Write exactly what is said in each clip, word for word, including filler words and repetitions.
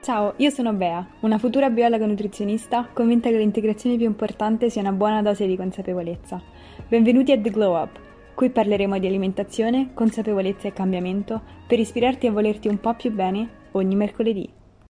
Ciao, io sono Bea, una futura biologa nutrizionista convinta che l'integrazione più importante sia una buona dose di consapevolezza. Benvenuti a The Glow Up. Qui parleremo di alimentazione, consapevolezza e cambiamento per ispirarti a volerti un po' più bene ogni mercoledì.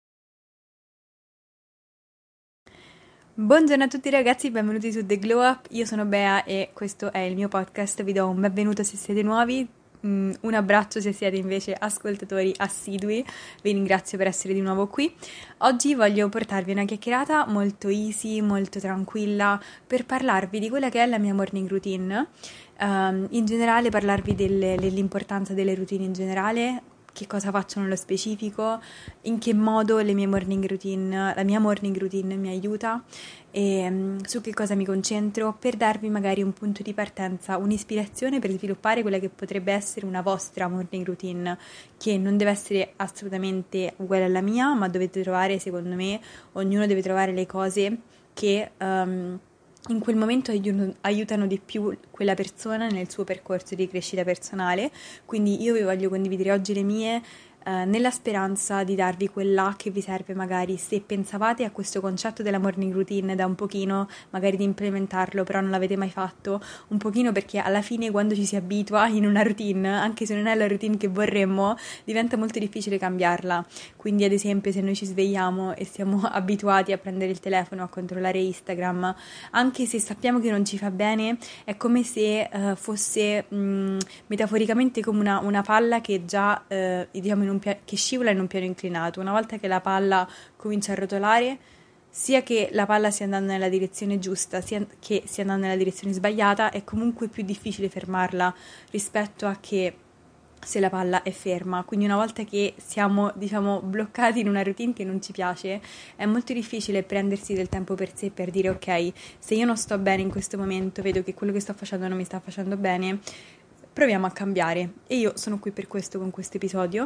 Buongiorno a tutti ragazzi, benvenuti su The Glow Up. Io sono Bea e questo è il mio podcast. Vi do un benvenuto se siete nuovi. Mm, un abbraccio se siete invece ascoltatori assidui, vi ringrazio per essere di nuovo qui. Oggi voglio portarvi una chiacchierata molto easy, molto tranquilla, per parlarvi di quella che è la mia morning routine, um, in generale parlarvi delle, dell'importanza delle routine in generale, che cosa faccio nello specifico, in che modo le mie morning routine, la mia morning routine mi aiuta e um, su che cosa mi concentro, per darvi magari un punto di partenza, un'ispirazione per sviluppare quella che potrebbe essere una vostra morning routine, che non deve essere assolutamente uguale alla mia, ma dovete trovare, secondo me, ognuno deve trovare le cose che um, in quel momento aiutano, aiutano di più quella persona nel suo percorso di crescita personale. Quindi io vi voglio condividere oggi le mie, eh, nella speranza di darvi quella che vi serve magari se pensavate a questo concetto della morning routine da un pochino, magari di implementarlo, però non l'avete mai fatto, un pochino, perché alla fine quando ci si abitua in una routine, anche se non è la routine che vorremmo, diventa molto difficile cambiarla. Quindi ad esempio se noi ci svegliamo e siamo abituati a prendere il telefono, a controllare Instagram, anche se sappiamo che non ci fa bene, è come se uh, fosse mh, metaforicamente come una, una palla che già uh, diciamo in un pia- che scivola in un piano inclinato. Una volta che la palla comincia a rotolare, sia che la palla stia andando nella direzione giusta, sia che stia andando nella direzione sbagliata, è comunque più difficile fermarla rispetto a che se la palla è ferma. Quindi una volta che siamo, diciamo, bloccati in una routine che non ci piace, è molto difficile prendersi del tempo per sé, per dire ok, se io non sto bene in questo momento, vedo che quello che sto facendo non mi sta facendo bene, proviamo a cambiare. E io sono qui per questo con questo episodio.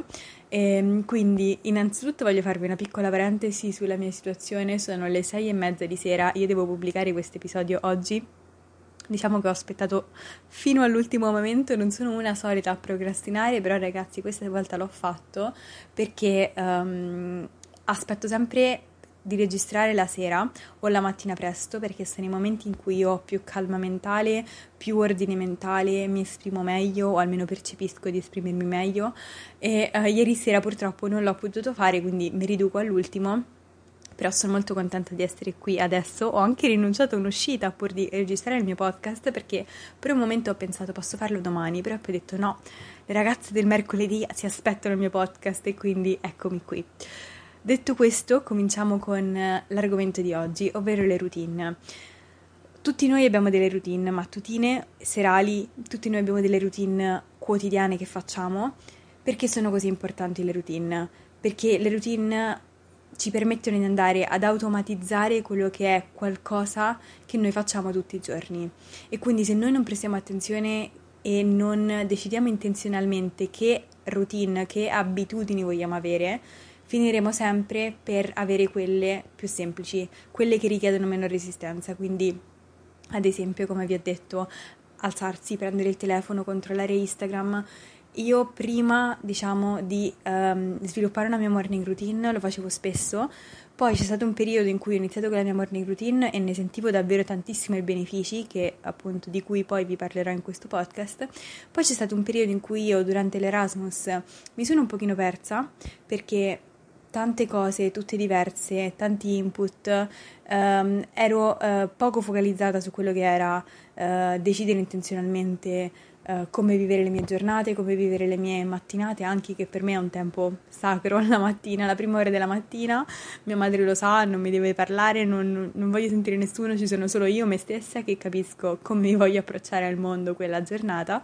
E quindi innanzitutto voglio farvi una piccola parentesi sulla mia situazione. Sono le sei e mezza di sera, io devo pubblicare questo episodio oggi. Diciamo che ho aspettato fino all'ultimo momento, non sono una solita a procrastinare, però ragazzi questa volta l'ho fatto perché um, aspetto sempre di registrare la sera o la mattina presto, perché sono i momenti in cui io ho più calma mentale, più ordine mentale, mi esprimo meglio o almeno percepisco di esprimermi meglio e uh, ieri sera purtroppo non l'ho potuto fare, quindi mi riduco all'ultimo. Però sono molto contenta di essere qui adesso. Ho anche rinunciato a un'uscita pur di registrare il mio podcast, perché per un momento ho pensato posso farlo domani, però poi ho detto no, le ragazze del mercoledì si aspettano il mio podcast e quindi eccomi qui. Detto questo, cominciamo con l'argomento di oggi, ovvero le routine. Tutti noi abbiamo delle routine mattutine, serali, tutti noi abbiamo delle routine quotidiane che facciamo. Perché sono così importanti le routine? Perché le routine ci permettono di andare ad automatizzare quello che è qualcosa che noi facciamo tutti i giorni. E quindi se noi non prestiamo attenzione e non decidiamo intenzionalmente che routine, che abitudini vogliamo avere, finiremo sempre per avere quelle più semplici, quelle che richiedono meno resistenza. Quindi, ad esempio, come vi ho detto, alzarsi, prendere il telefono, controllare Instagram. Io prima, diciamo, di um, sviluppare una mia morning routine lo facevo spesso, poi c'è stato un periodo in cui ho iniziato con la mia morning routine e ne sentivo davvero tantissimo i benefici, che appunto di cui poi vi parlerò in questo podcast. Poi c'è stato un periodo in cui io durante l'Erasmus mi sono un pochino persa, perché tante cose, tutte diverse, tanti input, um, ero uh, poco focalizzata su quello che era uh, decidere intenzionalmente uh, come vivere le mie giornate, come vivere le mie mattinate, anche che per me è un tempo sacro la mattina, la prima ora della mattina. Mia madre lo sa, non mi deve parlare, non, non voglio sentire nessuno, ci sono solo io, me stessa, che capisco come mi voglio approcciare al mondo quella giornata.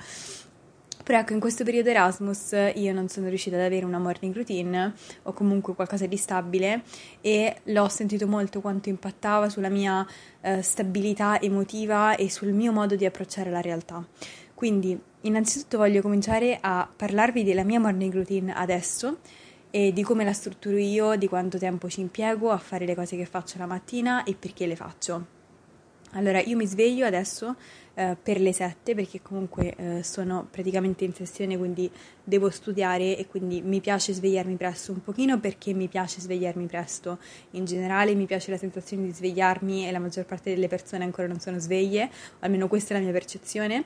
Però ecco, in questo periodo Erasmus io non sono riuscita ad avere una morning routine o comunque qualcosa di stabile, e l'ho sentito molto quanto impattava sulla mia eh, stabilità emotiva e sul mio modo di approcciare la realtà. Quindi innanzitutto voglio cominciare a parlarvi della mia morning routine adesso e di come la strutturo io, di quanto tempo ci impiego a fare le cose che faccio la mattina e perché le faccio. Allora, io mi sveglio adesso eh, per le sette perché comunque eh, sono praticamente in sessione, quindi devo studiare e quindi mi piace svegliarmi presto un pochino perché mi piace svegliarmi presto. In generale mi piace la sensazione di svegliarmi e la maggior parte delle persone ancora non sono sveglie, almeno questa è la mia percezione.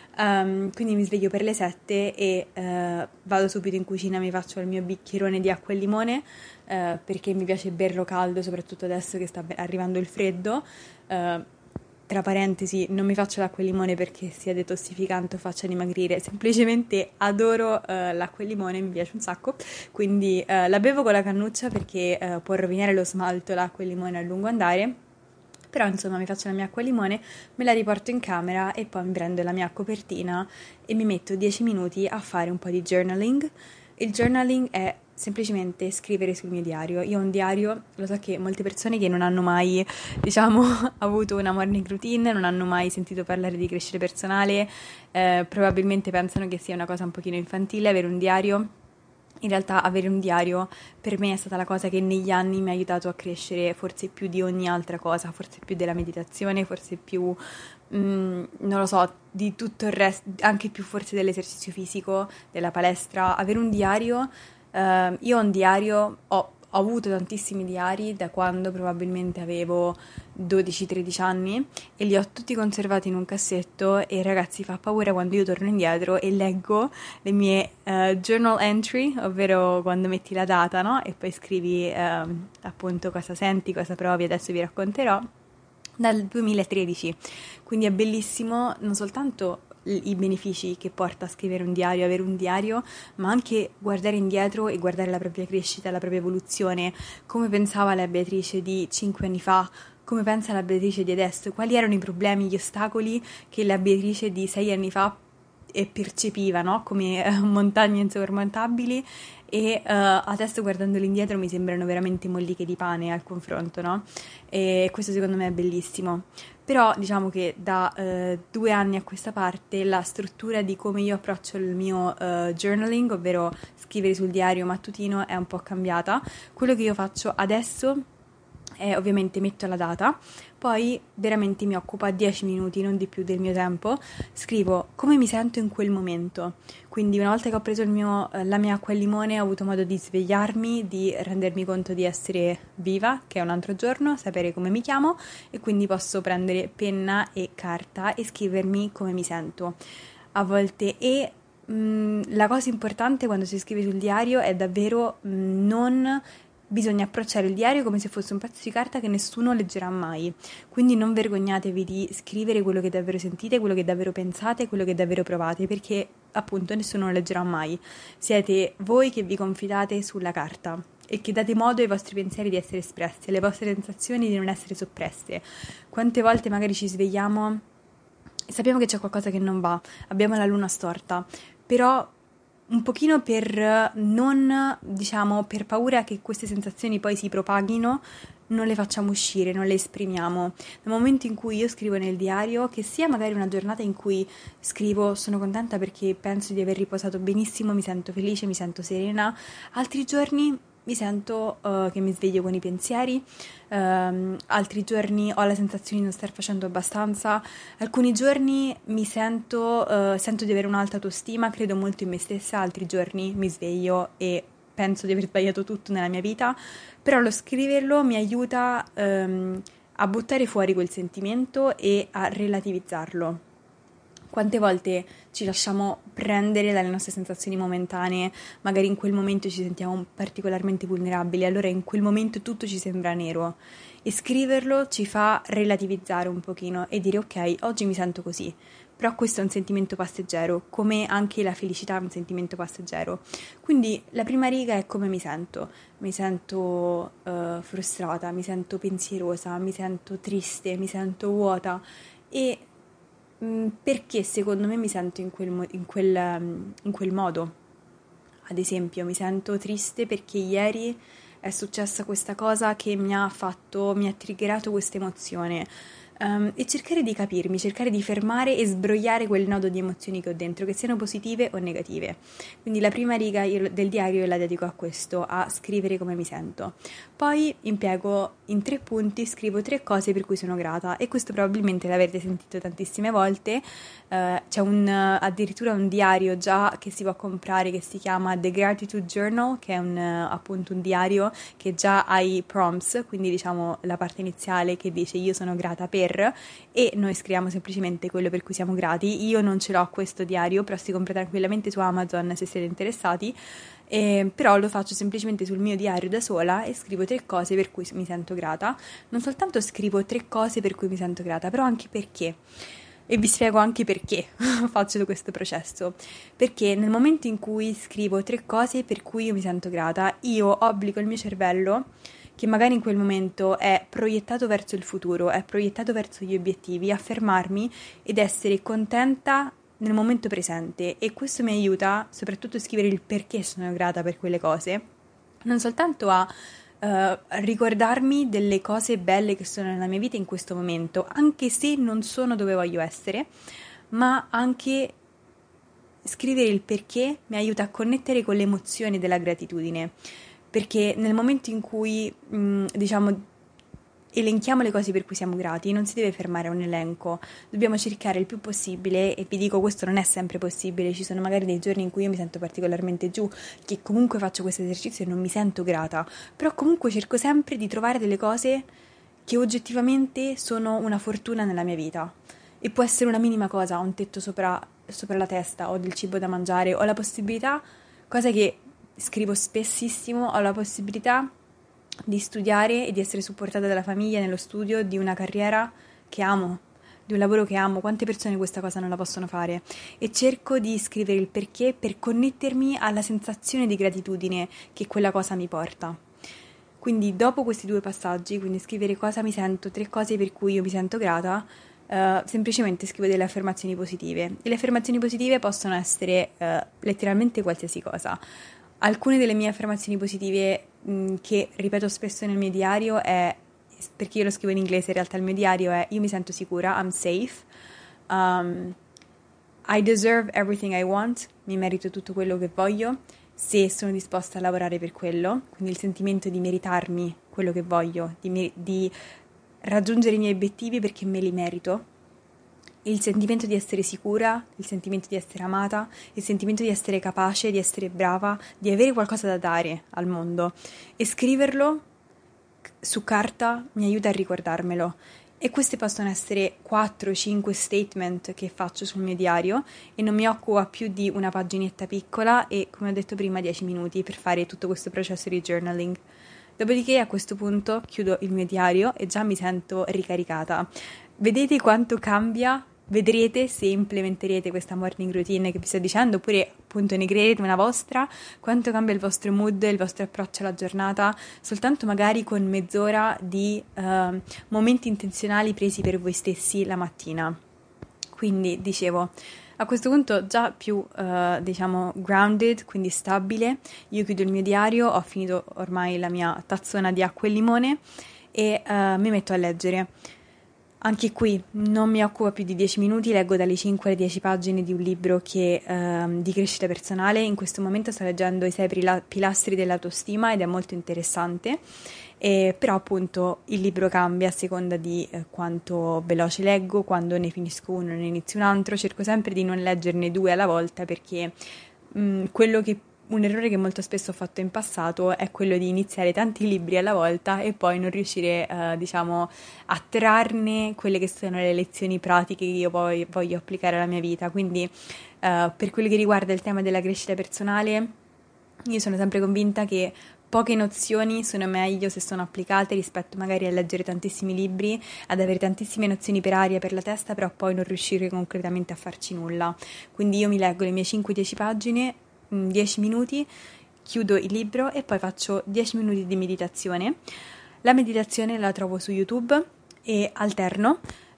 Um, quindi mi sveglio per le sette e uh, vado subito in cucina, mi faccio il mio bicchierone di acqua e limone uh, perché mi piace berlo caldo, soprattutto adesso che sta arrivando il freddo. Uh, tra parentesi, non mi faccio l'acqua e limone perché sia detossificante o faccia dimagrire, semplicemente adoro uh, l'acqua e limone, mi piace un sacco, quindi uh, la bevo con la cannuccia perché uh, può rovinare lo smalto l'acqua e limone a lungo andare. Però insomma mi faccio la mia acqua e limone, me la riporto in camera e poi mi prendo la mia copertina e mi metto dieci minuti a fare un po' di journaling. Il journaling è semplicemente scrivere sul mio diario. Io ho un diario, lo so che molte persone che non hanno mai, diciamo, avuto una morning routine, non hanno mai sentito parlare di crescita personale, eh, probabilmente pensano che sia una cosa un pochino infantile avere un diario. In realtà avere un diario per me è stata la cosa che negli anni mi ha aiutato a crescere forse più di ogni altra cosa, forse più della meditazione, forse più, mm, non lo so, di tutto il resto, anche più forse dell'esercizio fisico, della palestra. Avere un diario, eh, io ho un diario, ho, ho avuto tantissimi diari da quando probabilmente avevo dodici tredici anni e li ho tutti conservati in un cassetto e ragazzi fa paura quando io torno indietro e leggo le mie uh, journal entry, ovvero quando metti la data, no? E poi scrivi uh, appunto cosa senti, cosa provi, adesso vi racconterò, dal duemilatredici. Quindi è bellissimo non soltanto i benefici che porta a scrivere un diario, avere un diario, ma anche guardare indietro e guardare la propria crescita, la propria evoluzione, come pensava la Beatrice di cinque anni fa, come pensa la Beatrice di adesso, quali erano i problemi, gli ostacoli che la Beatrice di sei anni fa percepiva, no? Come eh, montagne insormontabili e uh, adesso guardandoli indietro mi sembrano veramente molliche di pane al confronto, no? E questo secondo me è bellissimo. Però diciamo che da uh, due anni a questa parte la struttura di come io approccio il mio uh, journaling, ovvero scrivere sul diario mattutino, è un po' cambiata. Quello che io faccio adesso e ovviamente metto la data, poi veramente mi occupa dieci minuti, non di più del mio tempo, scrivo come mi sento in quel momento, quindi una volta che ho preso il mio, la mia acqua e limone ho avuto modo di svegliarmi, di rendermi conto di essere viva, che è un altro giorno, sapere come mi chiamo e quindi posso prendere penna e carta e scrivermi come mi sento a volte e mh, la cosa importante quando si scrive sul diario è davvero mh, non bisogna approcciare il diario come se fosse un pezzo di carta che nessuno leggerà mai, quindi non vergognatevi di scrivere quello che davvero sentite, quello che davvero pensate, quello che davvero provate, perché appunto nessuno lo leggerà mai. Siete voi che vi confidate sulla carta e che date modo ai vostri pensieri di essere espressi, alle vostre sensazioni di non essere soppresse. Quante volte magari ci svegliamo e sappiamo che c'è qualcosa che non va, abbiamo la luna storta, però un pochino per non, diciamo, per paura che queste sensazioni poi si propaghino, non le facciamo uscire, non le esprimiamo. Nel momento in cui io scrivo nel diario, che sia magari una giornata in cui scrivo sono contenta perché penso di aver riposato benissimo, mi sento felice, mi sento serena, altri giorni mi sento uh, che mi sveglio con i pensieri, um, altri giorni ho la sensazione di non star facendo abbastanza, alcuni giorni mi sento, uh, sento di avere un'alta autostima, credo molto in me stessa, altri giorni mi sveglio e penso di aver sbagliato tutto nella mia vita, però lo scriverlo mi aiuta um, a buttare fuori quel sentimento e a relativizzarlo. Quante volte ci lasciamo prendere dalle nostre sensazioni momentanee, magari in quel momento ci sentiamo particolarmente vulnerabili, allora in quel momento tutto ci sembra nero e scriverlo ci fa relativizzare un pochino e dire ok, oggi mi sento così, però questo è un sentimento passeggero, come anche la felicità è un sentimento passeggero. Quindi la prima riga è come mi sento, mi sento uh, frustrata, mi sento pensierosa, mi sento triste, mi sento vuota e perché secondo me mi sento in quel, mo- in quel, in quel modo. Ad esempio, mi sento triste perché ieri è successa questa cosa che mi ha fatto, mi ha triggerato questa emozione. Um, e cercare di capirmi, cercare di fermare e sbrogliare quel nodo di emozioni che ho dentro, che siano positive o negative. Quindi la prima riga io, del diario io la dedico a questo, a scrivere come mi sento. Poi impiego in tre punti, scrivo tre cose per cui sono grata, e questo probabilmente l'avrete sentito tantissime volte. Uh, c'è un, uh, addirittura un diario già che si può comprare che si chiama The Gratitude Journal, che è un, uh, appunto un diario che già ha i prompts, quindi diciamo la parte iniziale che dice io sono grata per, e noi scriviamo semplicemente quello per cui siamo grati. Io non ce l'ho questo diario, però si compra tranquillamente su Amazon se siete interessati. Eh, però lo faccio semplicemente sul mio diario da sola e scrivo tre cose per cui mi sento grata. Non soltanto scrivo tre cose per cui mi sento grata, però anche perché. E vi spiego anche perché faccio questo processo. Perché nel momento in cui scrivo tre cose per cui io mi sento grata, io obbligo il mio cervello, che magari in quel momento è proiettato verso il futuro, è proiettato verso gli obiettivi, a fermarmi ed essere contenta nel momento presente. E questo mi aiuta soprattutto a scrivere il perché sono grata per quelle cose, non soltanto a Uh, ricordarmi delle cose belle che sono nella mia vita in questo momento, anche se non sono dove voglio essere, ma anche scrivere il perché mi aiuta a connettere con le emozioni della gratitudine, perché nel momento in cui mh, diciamo elenchiamo le cose per cui siamo grati, non si deve fermare a un elenco, dobbiamo cercare il più possibile, e vi dico questo non è sempre possibile, ci sono magari dei giorni in cui io mi sento particolarmente giù, che comunque faccio questo esercizio e non mi sento grata, però comunque cerco sempre di trovare delle cose che oggettivamente sono una fortuna nella mia vita, e può essere una minima cosa, ho un tetto sopra, sopra la testa, ho del cibo da mangiare, ho la possibilità, cosa che scrivo spessissimo, ho la possibilità di studiare e di essere supportata dalla famiglia nello studio di una carriera che amo, di un lavoro che amo. Quante persone questa cosa non la possono fare? E cerco di scrivere il perché per connettermi alla sensazione di gratitudine che quella cosa mi porta. Quindi dopo questi due passaggi, quindi scrivere cosa mi sento, tre cose per cui io mi sento grata, Uh, semplicemente scrivo delle affermazioni positive, e le affermazioni positive possono essere uh, letteralmente qualsiasi cosa. Alcune delle mie affermazioni positive mh, che ripeto spesso nel mio diario è, perché io lo scrivo in inglese, in realtà il mio diario è: io mi sento sicura, I'm safe, um, I deserve everything I want, mi merito tutto quello che voglio, se sono disposta a lavorare per quello, quindi il sentimento di meritarmi quello che voglio, di, mer- di raggiungere i miei obiettivi perché me li merito, il sentimento di essere sicura, il sentimento di essere amata, il sentimento di essere capace, di essere brava, di avere qualcosa da dare al mondo, e scriverlo su carta mi aiuta a ricordarmelo. E questi possono essere quattro cinque statement che faccio sul mio diario, e non mi occupa più di una paginetta piccola e, come ho detto prima, dieci minuti per fare tutto questo processo di journaling. Dopodiché a questo punto chiudo il mio diario e già mi sento ricaricata. Vedete quanto cambia? Vedrete se implementerete questa morning routine che vi sto dicendo, oppure appunto ne creerete una vostra, quanto cambia il vostro mood, il vostro approccio alla giornata, soltanto magari con mezz'ora di uh, momenti intenzionali presi per voi stessi la mattina. Quindi, dicevo, a questo punto già più, uh, diciamo, grounded, quindi stabile, io chiudo il mio diario, ho finito ormai la mia tazzona di acqua e limone e uh, mi metto a leggere. Anche qui non mi occupa più di dieci minuti, leggo dalle cinque alle dieci pagine di un libro che, uh, di crescita personale. In questo momento sto leggendo I sei pilastri dell'autostima ed è molto interessante. Eh, però appunto il libro cambia a seconda di eh, quanto veloce leggo, quando ne finisco uno ne inizio un altro, cerco sempre di non leggerne due alla volta, perché mh, quello che un errore che molto spesso ho fatto in passato è quello di iniziare tanti libri alla volta e poi non riuscire eh, diciamo a trarne quelle che sono le lezioni pratiche che io poi voglio applicare alla mia vita. Quindi eh, per quello che riguarda il tema della crescita personale, io sono sempre convinta che poche nozioni sono meglio se sono applicate rispetto magari a leggere tantissimi libri, ad avere tantissime nozioni per aria, per la testa, però poi non riuscire concretamente a farci nulla. Quindi io mi leggo le mie cinque dieci pagine, dieci minuti, chiudo il libro e poi faccio dieci minuti di meditazione. La meditazione la trovo su YouTube e alterno.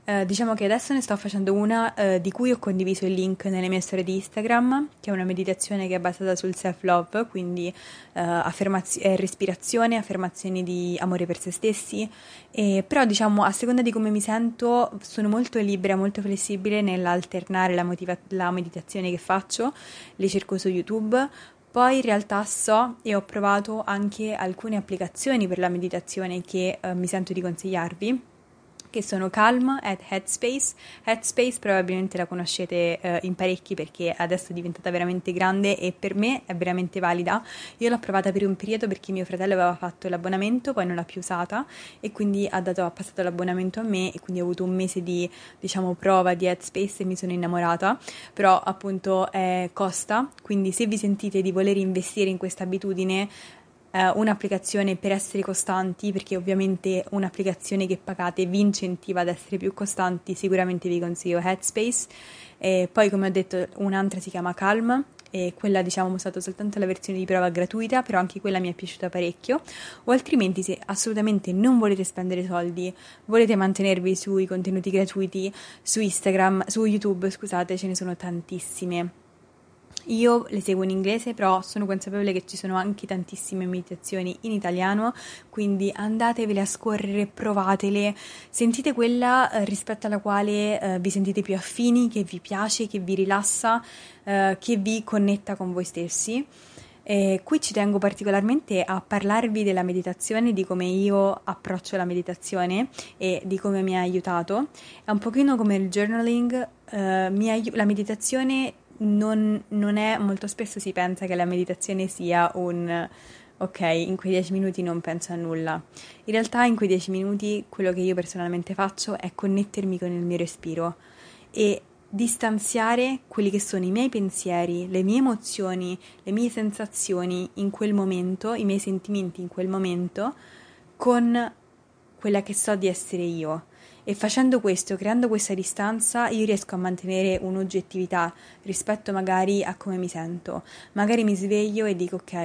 Uh, diciamo che adesso ne sto facendo una uh, di cui ho condiviso il link nelle mie storie di Instagram, che è una meditazione che è basata sul self-love, quindi uh, affermaz- eh, respirazione, affermazioni di amore per se stessi, e, però diciamo a seconda di come mi sento sono molto libera, molto flessibile nell'alternare la, motiva- la meditazione che faccio, le cerco su YouTube. Poi in realtà so e ho provato anche alcune applicazioni per la meditazione che uh, mi sento di consigliarvi, che sono Calm e Headspace. Headspace probabilmente la conoscete eh, in parecchi perché adesso è diventata veramente grande e per me è veramente valida. Io l'ho provata per un periodo perché mio fratello aveva fatto l'abbonamento, poi non l'ha più usata e quindi ha, dato, ha passato l'abbonamento a me e quindi ho avuto un mese di, diciamo, prova di Headspace e mi sono innamorata, però appunto eh, costa, quindi se vi sentite di voler investire in questa abitudine, un'applicazione per essere costanti, perché ovviamente un'applicazione che pagate vi incentiva ad essere più costanti, sicuramente vi consiglio Headspace. E poi, come ho detto, un'altra si chiama Calm e quella diciamo ho usato soltanto la versione di prova gratuita, però anche quella mi è piaciuta parecchio. O altrimenti, se assolutamente non volete spendere soldi, volete mantenervi sui contenuti gratuiti, su Instagram, su YouTube, scusate, ce ne sono tantissime. Io le seguo in inglese, però sono consapevole che ci sono anche tantissime meditazioni in italiano, quindi andatevele a scorrere, provatele, sentite quella eh, rispetto alla quale eh, vi sentite più affini, che vi piace, che vi rilassa, eh, che vi connetta con voi stessi. E qui ci tengo particolarmente a parlarvi della meditazione, di come io approccio la meditazione e di come mi ha aiutato. È un pochino come il journaling, eh, mi aiu- la meditazione non, non è, molto spesso si pensa che la meditazione sia un ok, in quei dieci minuti non penso a nulla. In realtà in quei dieci minuti quello che io personalmente faccio è connettermi con il mio respiro e distanziare quelli che sono i miei pensieri, le mie emozioni, le mie sensazioni in quel momento, i miei sentimenti in quel momento, con quella che so di essere io. E facendo questo, creando questa distanza, io riesco a mantenere un'oggettività rispetto magari a come mi sento. Magari mi sveglio e dico ok,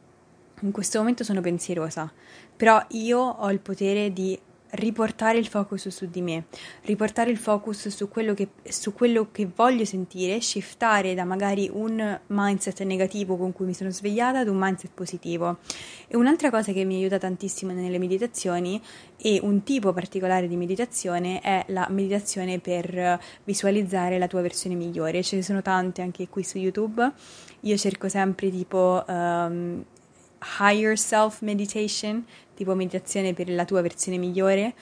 in questo momento sono pensierosa, però io ho il potere di riportare il focus su di me, riportare il focus su quello che, su quello che voglio sentire, shiftare da magari un mindset negativo con cui mi sono svegliata ad un mindset positivo. E un'altra cosa che mi aiuta tantissimo nelle meditazioni e un tipo particolare di meditazione è la meditazione per visualizzare la tua versione migliore. Ce ne sono tante anche qui su YouTube. Io cerco sempre tipo um, higher self meditation, tipo meditazione per la tua versione migliore,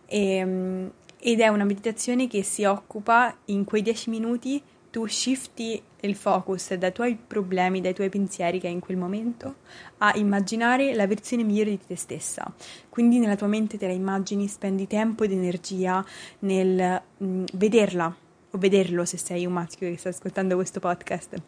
e, ed è una meditazione che si occupa in quei dieci minuti, tu shifti il focus dai tuoi problemi, dai tuoi pensieri che hai in quel momento, a immaginare la versione migliore di te stessa. Quindi nella tua mente te la immagini, spendi tempo ed energia nel mh, vederla, o vederlo se sei un maschio che sta ascoltando questo podcast.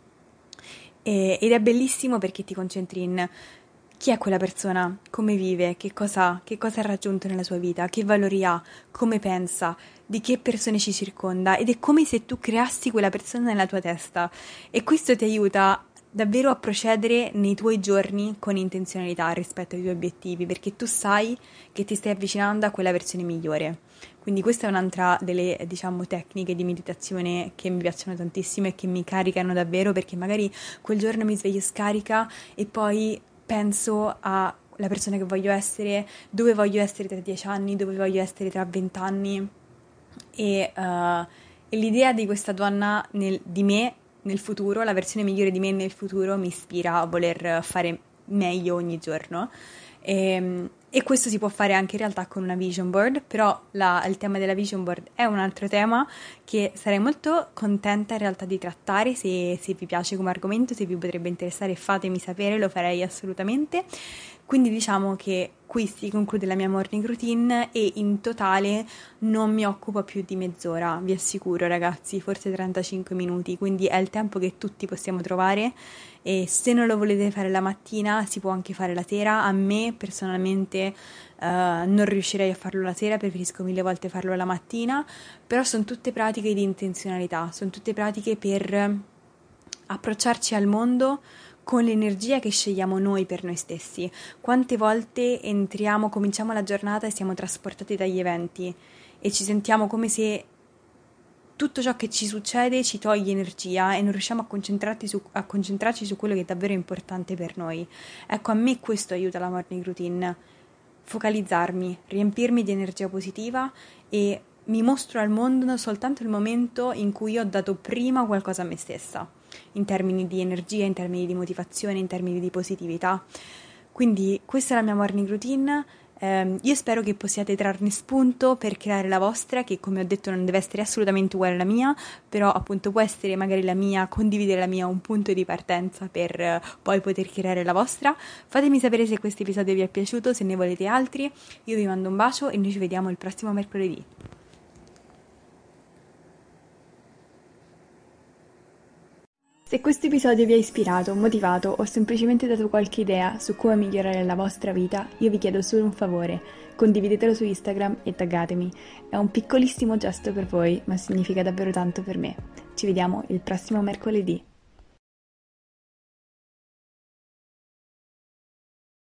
E, ed è bellissimo perché ti concentri in chi è quella persona, come vive, che cosa, che cosa ha raggiunto nella sua vita, che valori ha, come pensa, di che persone ci circonda, ed è come se tu creassi quella persona nella tua testa e questo ti aiuta davvero a procedere nei tuoi giorni con intenzionalità rispetto ai tuoi obiettivi, perché tu sai che ti stai avvicinando a quella versione migliore. Quindi questa è un'altra delle, diciamo, tecniche di meditazione che mi piacciono tantissimo e che mi caricano davvero, perché magari quel giorno mi sveglio scarica e poi penso alla persona che voglio essere, dove voglio essere tra dieci anni, dove voglio essere tra vent'anni e, uh, e l'idea di questa donna nel, di me nel futuro, la versione migliore di me nel futuro mi ispira a voler fare meglio ogni giorno. E, e questo si può fare anche in realtà con una vision board, però la, il tema della vision board è un altro tema che sarei molto contenta in realtà di trattare. Se, se vi piace come argomento, se vi potrebbe interessare, fatemi sapere, lo farei assolutamente. Quindi diciamo che qui si conclude la mia morning routine e in totale non mi occupa più di mezz'ora, vi assicuro ragazzi, forse trentacinque minuti, quindi è il tempo che tutti possiamo trovare. E se non lo volete fare la mattina si può anche fare la sera. A me personalmente uh, non riuscirei a farlo la sera, preferisco mille volte farlo la mattina, però sono tutte pratiche di intenzionalità, sono tutte pratiche per approcciarci al mondo con l'energia che scegliamo noi per noi stessi. Quante volte entriamo, cominciamo la giornata e siamo trasportati dagli eventi e ci sentiamo come se tutto ciò che ci succede ci toglie energia e non riusciamo a, concentrarti su, a concentrarci su quello che è davvero importante per noi. Ecco, a me questo aiuta la morning routine, focalizzarmi, riempirmi di energia positiva e mi mostro al mondo soltanto il momento in cui ho dato prima qualcosa a me stessa, in termini di energia, in termini di motivazione, in termini di positività. Quindi questa è la mia morning routine. Eh, io spero che possiate trarne spunto per creare la vostra, che come ho detto non deve essere assolutamente uguale alla mia, però appunto può essere magari la mia, condividere la mia un punto di partenza per eh, poi poter creare la vostra. Fatemi sapere se questo episodio vi è piaciuto, se ne volete altri. Io vi mando un bacio e noi ci vediamo il prossimo mercoledì. Se questo episodio vi ha ispirato, motivato o semplicemente dato qualche idea su come migliorare la vostra vita, io vi chiedo solo un favore: condividetelo su Instagram e taggatemi. È un piccolissimo gesto per voi, ma significa davvero tanto per me. Ci vediamo il prossimo mercoledì.